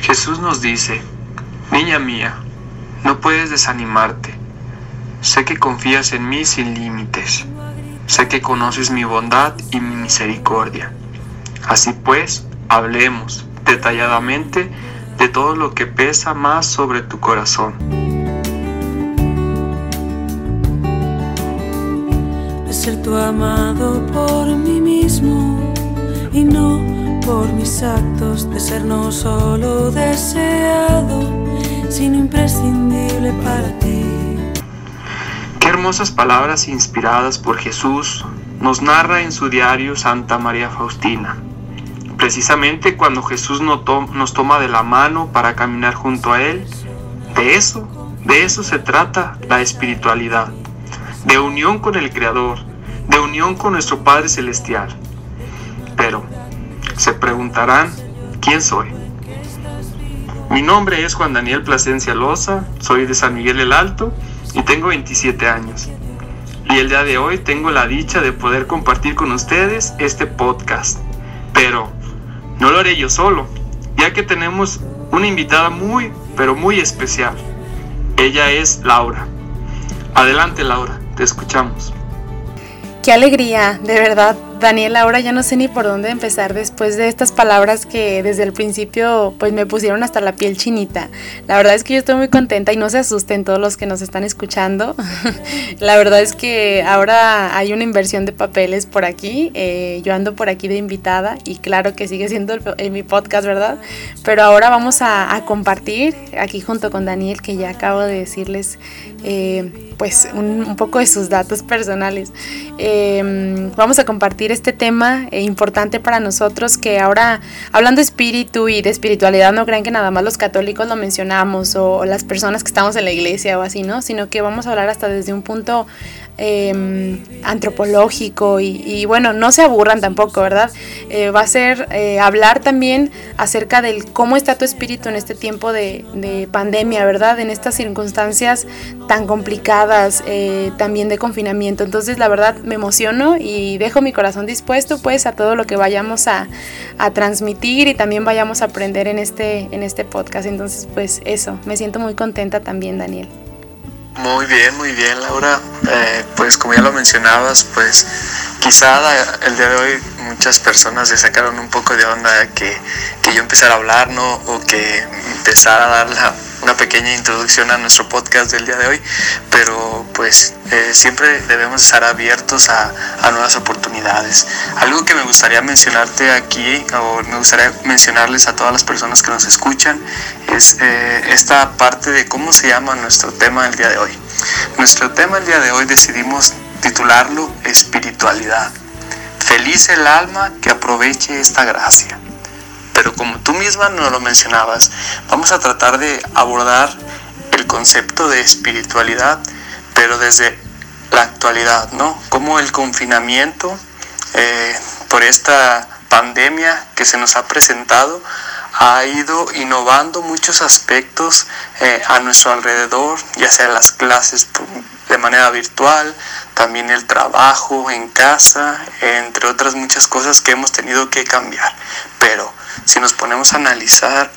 Jesús nos dice: niña mía, no puedes desanimarte. Sé que confías en mí sin límites. Sé que conoces mi bondad y mi misericordia. Así pues, hablemos detalladamente de todo lo que pesa más sobre tu corazón. De ser tu amado por mí mismo y no por mis actos, de ser no solo deseado, sino imprescindible para ti. Qué hermosas palabras inspiradas por Jesús nos narra en su diario Santa María Faustina. Precisamente cuando Jesús nos toma de la mano para caminar junto a Él, de eso se trata la espiritualidad, de unión con el Creador, de unión con nuestro Padre Celestial. Pero se preguntarán, ¿quién soy? Mi nombre es Juan Daniel Plasencia Loza, soy de San Miguel el Alto y tengo 27 años. Y el día de hoy tengo la dicha de poder compartir con ustedes este podcast. Pero no lo haré yo solo, ya que tenemos una invitada muy, pero muy especial. Ella es Laura. Adelante, Laura, te escuchamos. Qué alegría, de verdad, Daniel. Ahora ya no sé ni por dónde empezar después de estas palabras que desde el principio pues me pusieron hasta la piel chinita. La verdad es que yo estoy muy contenta y no se asusten todos los que nos están escuchando. La verdad es que ahora hay una inversión de papeles por aquí. Yo ando por aquí de invitada y claro que sigue siendo mi podcast, ¿verdad? Pero ahora vamos a compartir aquí junto con Daniel, que ya acabo de decirles pues un poco de sus datos personales. Vamos a compartir este tema importante para nosotros, que ahora, hablando de espíritu y de espiritualidad, no crean que nada más los católicos lo mencionamos o las personas que estamos en la iglesia o así, ¿no? Sino que vamos a hablar hasta desde un punto antropológico y bueno, no se aburran tampoco, ¿verdad? Va a ser hablar también acerca del cómo está tu espíritu en este tiempo de pandemia, ¿verdad? En estas circunstancias tan complicadas, también de confinamiento. Entonces, la verdad, me emociono y dejo mi corazón dispuesto pues a todo lo que vayamos a transmitir y también vayamos a aprender en este podcast. Entonces, pues eso, me siento muy contenta también, Daniel. Muy bien, Laura. Pues como ya lo mencionabas, pues quizá el día de hoy muchas personas le sacaron un poco de onda que yo empezara a hablar, ¿no? O que empezara a dar una pequeña introducción a nuestro podcast del día de hoy, pero pues siempre debemos estar abiertos a nuevas oportunidades. Algo que me gustaría mencionarte aquí, o me gustaría mencionarles a todas las personas que nos escuchan, es esta parte de cómo se llama nuestro tema del día de hoy. Nuestro tema del día de hoy decidimos titularlo Espiritualidad. Feliz el alma que aproveche esta gracia. Pero como tú misma nos lo mencionabas, vamos a tratar de abordar el concepto de espiritualidad, pero desde la actualidad, ¿no? Como el confinamiento por esta pandemia que se nos ha presentado ha ido innovando muchos aspectos a nuestro alrededor, ya sea las clases de manera virtual, también el trabajo en casa, entre otras muchas cosas que hemos tenido que cambiar. Pero si nos ponemos a analizar,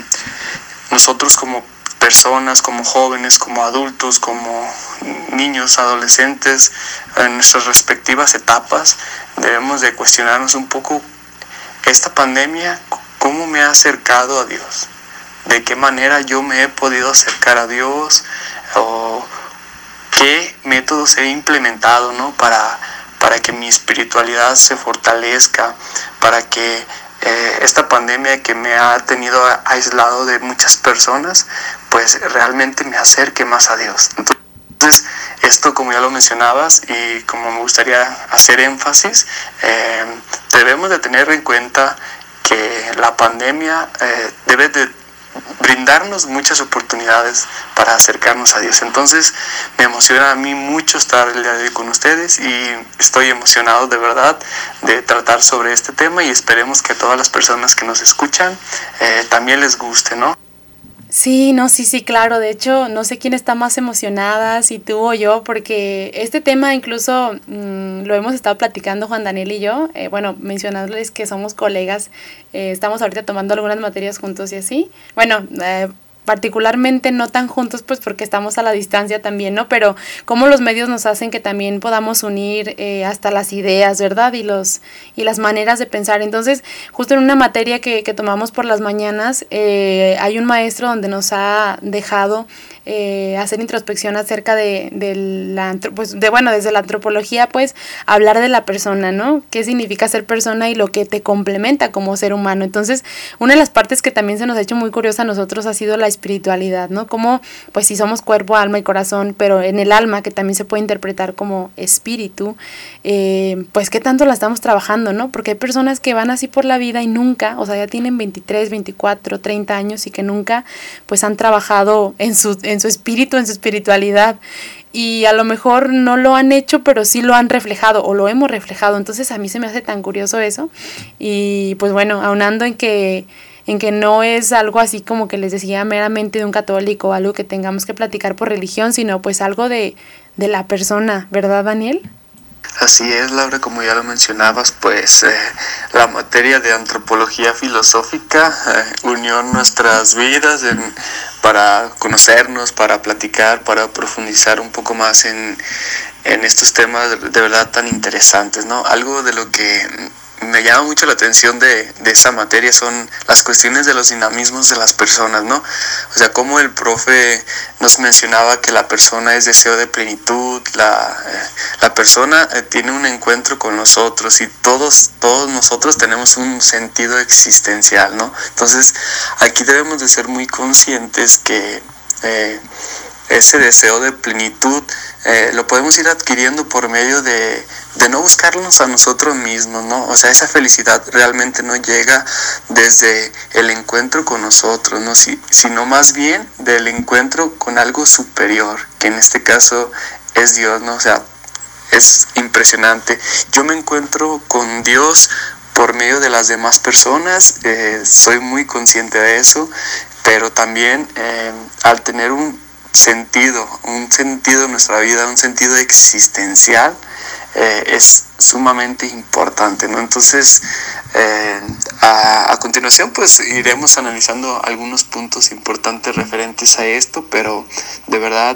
nosotros como personas, como jóvenes, como adultos, como niños, adolescentes, en nuestras respectivas etapas, debemos de cuestionarnos un poco esta pandemia, cómo me ha acercado a Dios, de qué manera yo me he podido acercar a Dios, o qué métodos he implementado, ¿no? para que mi espiritualidad se fortalezca, para que esta pandemia que me ha tenido aislado de muchas personas, pues realmente me acerque más a Dios. Entonces, esto, como ya lo mencionabas y como me gustaría hacer énfasis, debemos de tener en cuenta que la pandemia debe de brindarnos muchas oportunidades para acercarnos a Dios. Entonces me emociona a mí mucho estar el día de hoy con ustedes y estoy emocionado de verdad de tratar sobre este tema, y esperemos que a todas las personas que nos escuchan también les guste, ¿no? Sí, no, sí, sí, claro. De hecho, no sé quién está más emocionada, si tú o yo, porque este tema incluso lo hemos estado platicando Juan Daniel y yo. Bueno, mencionándoles que somos colegas, estamos ahorita tomando algunas materias juntos y así. Bueno, particularmente no tan juntos, pues porque estamos a la distancia también, ¿no? Pero cómo los medios nos hacen que también podamos unir hasta las ideas, ¿verdad? Y las maneras de pensar. Entonces, justo en una materia que tomamos por las mañanas, hay un maestro donde nos ha dejado hacer introspección acerca bueno, desde la antropología, pues, hablar de la persona, ¿no? ¿Qué significa ser persona y lo que te complementa como ser humano? Entonces, una de las partes que también se nos ha hecho muy curiosa a nosotros ha sido la espiritualidad, ¿no? Como, pues, si somos cuerpo, alma y corazón, pero en el alma, que también se puede interpretar como espíritu, pues, ¿qué tanto la estamos trabajando, no? Porque hay personas que van así por la vida y nunca, o sea, ya tienen 23, 24, 30 años y que nunca, pues, han trabajado en su espíritu, en su espiritualidad, y a lo mejor no lo han hecho, pero sí lo han reflejado o lo hemos reflejado. Entonces a mí se me hace tan curioso eso, y pues bueno, aunando en que no es algo así como que les decía meramente de un católico, algo que tengamos que platicar por religión, sino pues algo de la persona, ¿verdad, Daniel? Así es, Laura, como ya lo mencionabas, pues la materia de antropología filosófica unió nuestras vidas para conocernos, para platicar, para profundizar un poco más en estos temas de verdad tan interesantes, ¿no? Algo de lo que me llama mucho la atención de esta materia son las cuestiones de los dinamismos de las personas, ¿no? O sea, como el profe nos mencionaba que la persona es deseo de plenitud, la persona tiene un encuentro con nosotros y todos nosotros tenemos un sentido existencial, ¿no? Entonces, aquí debemos de ser muy conscientes que ese deseo de plenitud lo podemos ir adquiriendo por medio de no buscarnos a nosotros mismos, ¿no? O sea, esa felicidad realmente no llega desde el encuentro con nosotros, ¿no? Sino más bien del encuentro con algo superior, que en este caso es Dios, ¿no? O sea, es impresionante. Yo me encuentro con Dios por medio de las demás personas, soy muy consciente de eso, pero también al tener un sentido en nuestra vida, un sentido existencial, es sumamente importante, ¿no? Entonces, a continuación, pues iremos analizando algunos puntos importantes referentes a esto, pero de verdad,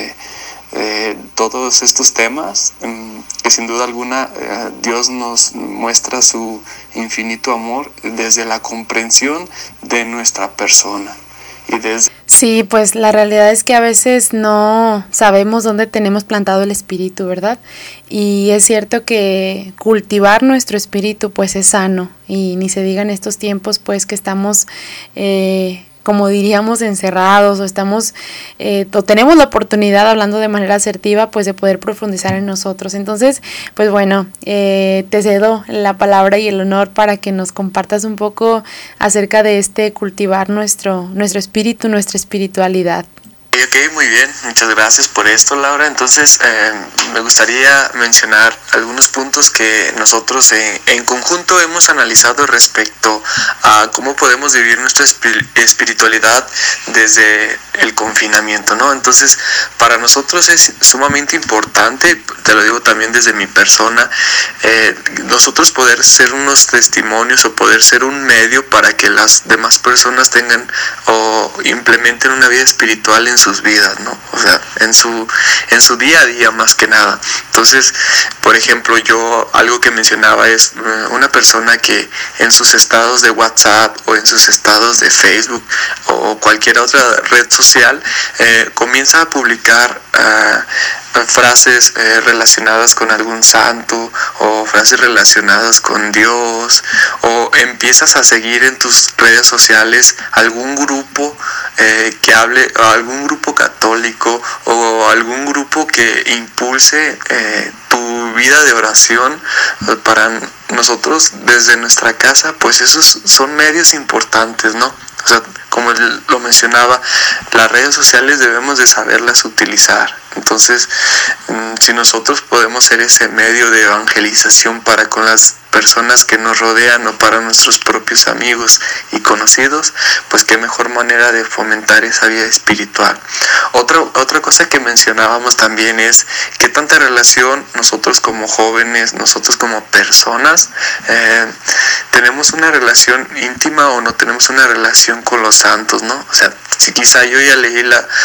todos estos temas, que sin duda alguna Dios nos muestra su infinito amor desde la comprensión de nuestra persona. Sí, pues la realidad es que a veces no sabemos dónde tenemos plantado el espíritu, ¿verdad? Y es cierto que cultivar nuestro espíritu pues es sano, y ni se diga en estos tiempos pues que estamos como diríamos encerrados, o estamos o tenemos la oportunidad, hablando de manera asertiva, pues de poder profundizar en nosotros. Entonces, pues bueno, te cedo la palabra y el honor para que nos compartas un poco acerca de cultivar nuestro espíritu, nuestra espiritualidad. Ok, muy bien, muchas gracias por esto, Laura. Entonces, me gustaría mencionar algunos puntos que nosotros en conjunto hemos analizado respecto a cómo podemos vivir nuestra espiritualidad desde el confinamiento, ¿no? Entonces, para nosotros es sumamente importante, te lo digo también desde mi persona, nosotros poder ser unos testimonios o poder ser un medio para que las demás personas tengan o implementen una vida espiritual en sus vidas, ¿no? O sea, en su día a día más que nada. Entonces, por ejemplo, yo algo que mencionaba es una persona que en sus estados de WhatsApp o en sus estados de Facebook o cualquier otra red social comienza a publicar frases relacionadas con algún santo o frases relacionadas con Dios, o empiezas a seguir en tus redes sociales algún grupo que hable, algún grupo católico o algún grupo que impulse tu vida de oración. Para nosotros desde nuestra casa, pues esos son medios importantes, ¿no? O sea, como lo mencionaba, las redes sociales debemos de saberlas utilizar. Entonces, si nosotros podemos ser ese medio de evangelización para con las personas que nos rodean o para nuestros propios amigos y conocidos, pues qué mejor manera de fomentar esa vida espiritual. Otra cosa que mencionábamos también es qué tanta relación nosotros como jóvenes, nosotros como personas, tenemos una relación íntima o no tenemos una relación con los santos, ¿no? O sea, si quizá yo ya leí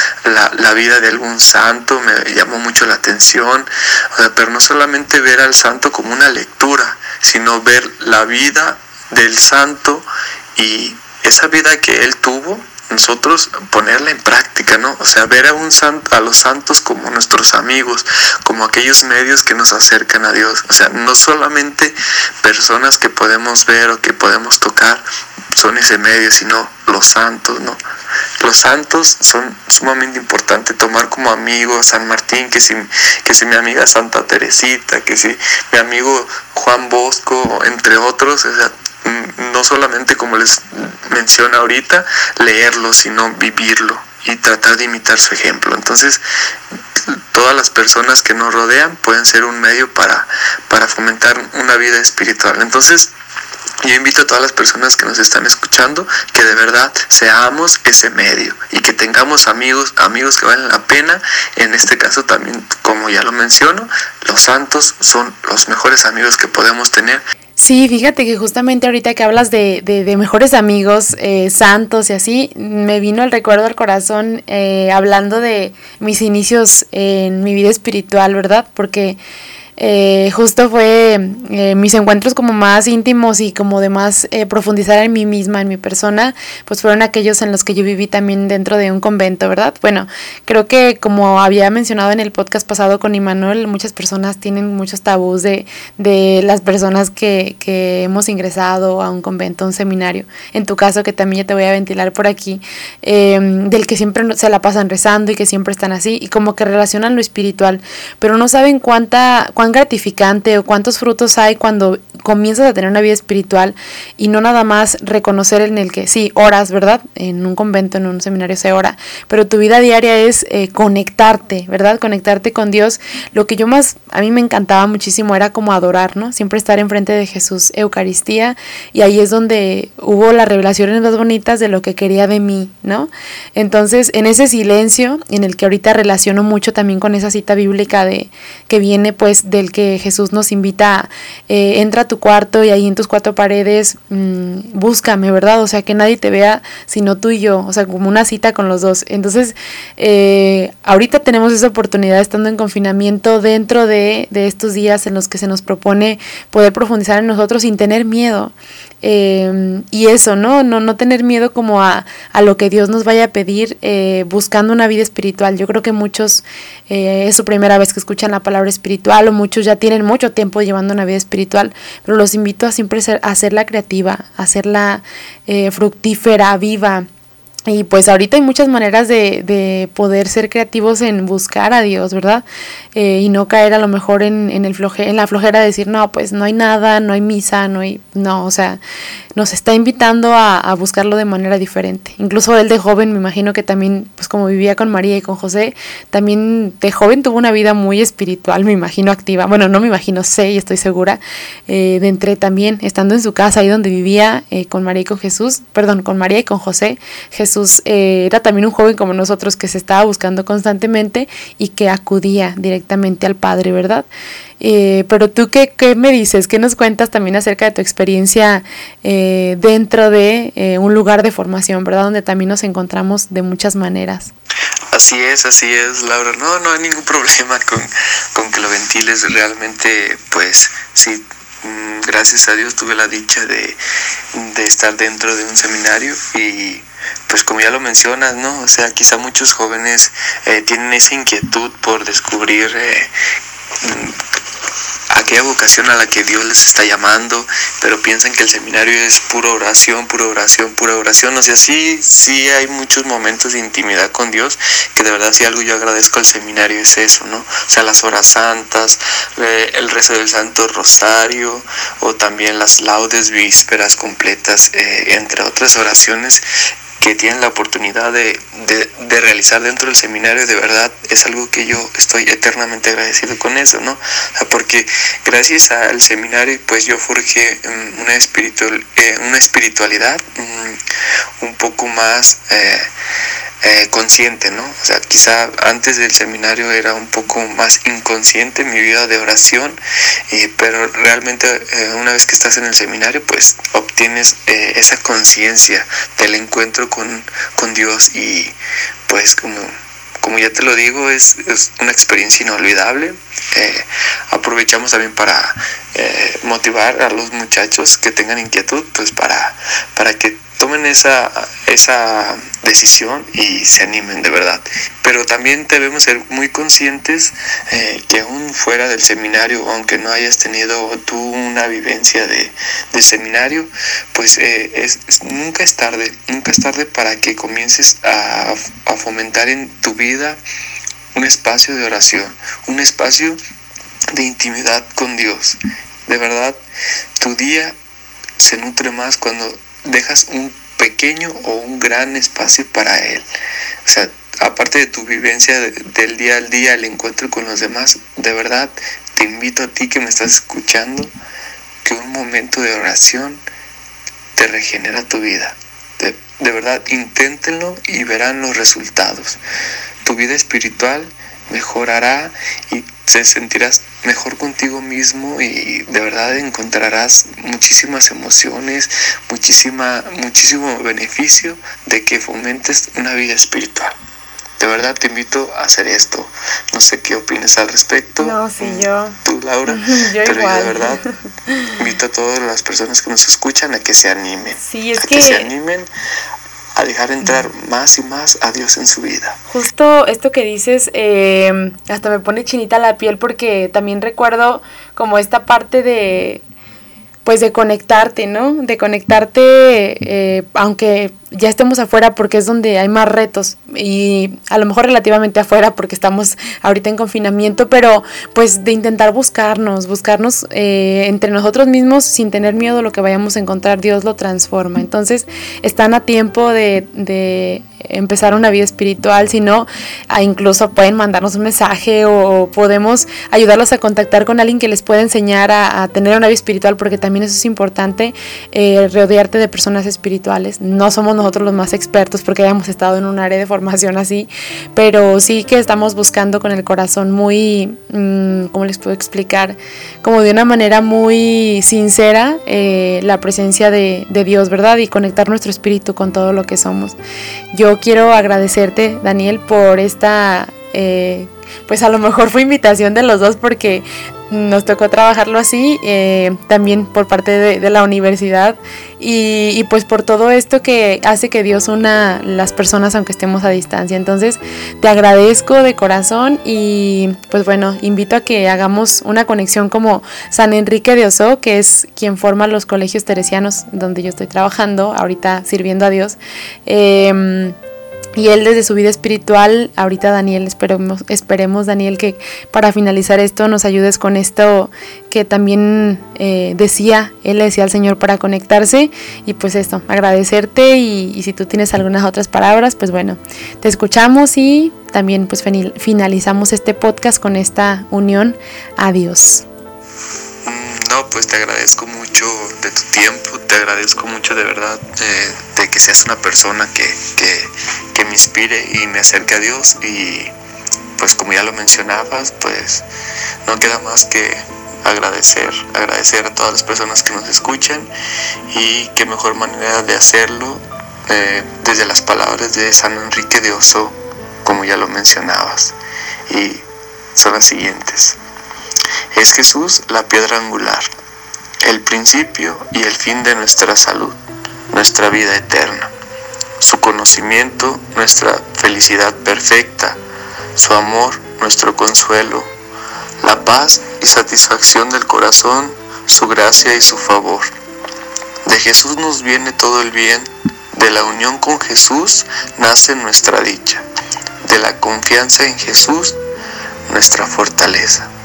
la vida de algún santo, me llamó mucho la atención, o sea, pero no solamente ver al santo como una lectura, sino ver la vida del santo y esa vida que él tuvo, nosotros ponerla en práctica, ¿no? O sea, ver a los santos como nuestros amigos, como aquellos medios que nos acercan a Dios. O sea, no solamente personas que podemos ver o que podemos tocar son ese medio, sino los santos, ¿no? Los santos son sumamente importantes tomar como amigo a San Martín, que si mi amiga Santa Teresita, que si mi amigo Juan Bosco, entre otros. O sea, no solamente, como les menciono ahorita, leerlo, sino vivirlo y tratar de imitar su ejemplo. Entonces, todas las personas que nos rodean pueden ser un medio para fomentar una vida espiritual. Entonces, yo invito a todas las personas que nos están escuchando que de verdad seamos ese medio y que tengamos amigos que valen la pena. En este caso también, como ya lo menciono, los santos son los mejores amigos que podemos tener. Sí, fíjate que justamente ahorita que hablas de mejores amigos, santos y así, me vino el recuerdo al corazón hablando de mis inicios en mi vida espiritual, ¿verdad? Porque justo fue mis encuentros como más íntimos y como de más profundizar en mí misma, en mi persona, pues fueron aquellos en los que yo viví también dentro de un convento, ¿verdad? Bueno, creo que como había mencionado en el podcast pasado con Imanol, muchas personas tienen muchos tabús de las personas que hemos ingresado a un convento, a un seminario. En tu caso, que también ya te voy a ventilar por aquí, del que siempre se la pasan rezando y que siempre están así y como que relacionan lo espiritual, pero no saben cuán gratificante o cuántos frutos hay cuando comienzas a tener una vida espiritual y no nada más reconocer en el que sí, oras, ¿verdad? En un convento, en un seminario se ora, pero tu vida diaria es conectarte, ¿verdad? Conectarte con Dios. Lo que a mí me encantaba muchísimo era como adorar, ¿no? Siempre estar enfrente de Jesús, Eucaristía, y ahí es donde hubo las revelaciones más bonitas de lo que quería de mí, ¿no? Entonces, en ese silencio, en el que ahorita relaciono mucho también con esa cita bíblica que viene pues del que Jesús nos invita, entra a tu cuarto y ahí en tus cuatro paredes búscame, ¿verdad? O sea, que nadie te vea sino tú y yo, o sea, como una cita con los dos. Entonces, ahorita tenemos esa oportunidad estando en confinamiento dentro de estos días en los que se nos propone poder profundizar en nosotros sin tener miedo. Y eso, no tener miedo como a lo que Dios nos vaya a pedir, buscando una vida espiritual. Yo creo que muchos es su primera vez que escuchan la palabra espiritual, o muchos ya tienen mucho tiempo llevando una vida espiritual, pero los invito a siempre a hacerla creativa, a hacerla fructífera, viva. Y pues ahorita hay muchas maneras de poder ser creativos en buscar a Dios, ¿verdad? Y no caer a lo mejor en la flojera de decir, no, pues no hay nada, no hay misa, no, o sea, nos está invitando a buscarlo de manera diferente. Incluso él de joven, me imagino que también, pues como vivía con María y con José, también de joven tuvo una vida muy espiritual, me imagino, activa. Bueno, no me imagino, sé y estoy segura, de entre también, estando en su casa, ahí donde vivía con María y con María y con José, Jesús era también un joven como nosotros que se estaba buscando constantemente y que acudía directamente al Padre, ¿verdad? Pero tú, ¿qué me dices? ¿Qué nos cuentas también acerca de tu experiencia dentro de un lugar de formación, ¿verdad? Donde también nos encontramos de muchas maneras. Así es, Laura. No hay ningún problema con que lo ventiles. Realmente, pues sí, gracias a Dios tuve la dicha de estar dentro de un seminario y pues como ya lo mencionas, ¿no? O sea, quizá muchos jóvenes tienen esa inquietud por descubrir aquella vocación a la que Dios les está llamando, pero piensan que el seminario es pura oración. O sea, sí hay muchos momentos de intimidad con Dios, que de verdad si algo yo agradezco al seminario es eso, ¿no? O sea, las horas santas, el rezo del Santo Rosario, o también las laudes vísperas completas, entre otras oraciones. que tienen la oportunidad de realizar dentro del seminario, de verdad es algo que yo estoy eternamente agradecido con eso, ¿no? O sea, porque gracias al seminario pues yo forjé una espiritualidad un poco más consciente, ¿no? O sea, quizá antes del seminario era un poco más inconsciente mi vida de oración, pero realmente una vez que estás en el seminario pues obtienes esa conciencia del encuentro con Dios, y pues como ya te lo digo, es una experiencia inolvidable. Aprovechamos también para motivar a los muchachos que tengan inquietud, pues para que tomen esa decisión y se animen de verdad. Pero también debemos ser muy conscientes que aún fuera del seminario, aunque no hayas tenido tú una vivencia de seminario, pues nunca es tarde para que comiences a fomentar en tu vida un espacio de oración, un espacio de intimidad con Dios. De verdad, tu día se nutre más cuando dejas un pequeño o un gran espacio para Él. O sea, aparte de tu vivencia del día al día, el encuentro con los demás, de verdad te invito a ti que me estás escuchando, que un momento de oración te regenera tu vida. De verdad, inténtenlo y verán los resultados. Tu vida espiritual mejorará y te sentirás mejor contigo mismo, y de verdad encontrarás muchísimas emociones, muchísimo beneficio de que fomentes una vida espiritual. De verdad te invito a hacer esto. No sé qué opinas al respecto. No, sí, yo. Tú, Laura. Yo pero igual. yo de verdad invito a todas las personas que nos escuchan a que se animen. Sí, es que se animen a dejar entrar más y más a Dios en su vida. Justo esto que dices, hasta me pone chinita la piel, porque también recuerdo como esta parte de conectarte, ¿no? De conectarte, aunque ya estemos afuera, porque es donde hay más retos, y a lo mejor relativamente afuera porque estamos ahorita en confinamiento, pero pues de intentar buscarnos entre nosotros mismos sin tener miedo a lo que vayamos a encontrar. Dios lo transforma. Entonces están a tiempo de empezar una vida espiritual. Si no, incluso pueden mandarnos un mensaje o podemos ayudarlos a contactar con alguien que les pueda enseñar a tener una vida espiritual, porque también eso es importante, rodearte de personas espirituales. No somos nosotros los más expertos porque hayamos estado en un área de formación así, pero sí que estamos buscando con el corazón muy, ¿cómo les puedo explicar? Como de una manera muy sincera, la presencia de Dios, ¿verdad? Y conectar nuestro espíritu con todo lo que somos. Yo quiero agradecerte, Daniel, por esta, pues a lo mejor fue invitación de los dos porque nos tocó trabajarlo así, también por parte de la universidad, y pues por todo esto que hace que Dios una las personas aunque estemos a distancia. Entonces te agradezco de corazón, y pues bueno, invito a que hagamos una conexión como San Enrique de Oso, que es quien forma los colegios teresianos donde yo estoy trabajando ahorita sirviendo a Dios, y él desde su vida espiritual. Ahorita, Daniel, esperemos, Daniel, que para finalizar esto nos ayudes con esto que también él le decía al Señor para conectarse. Y pues esto, agradecerte, y si tú tienes algunas otras palabras, pues bueno, te escuchamos, y también pues finalizamos este podcast con esta unión a Dios. No, pues te agradezco mucho de tu tiempo, te agradezco mucho de verdad de que seas una persona que me inspire y me acerque a Dios, y pues como ya lo mencionabas, pues no queda más que agradecer a todas las personas que nos escuchan, y qué mejor manera de hacerlo desde las palabras de San Enrique de Oso, como ya lo mencionabas, y son las siguientes. Es Jesús la piedra angular, el principio y el fin de nuestra salud, nuestra vida eterna. Su conocimiento, nuestra felicidad perfecta. Su amor, nuestro consuelo. La paz y satisfacción del corazón, su gracia y su favor. De Jesús nos viene todo el bien. De la unión con Jesús nace nuestra dicha. De la confianza en Jesús, nuestra fortaleza.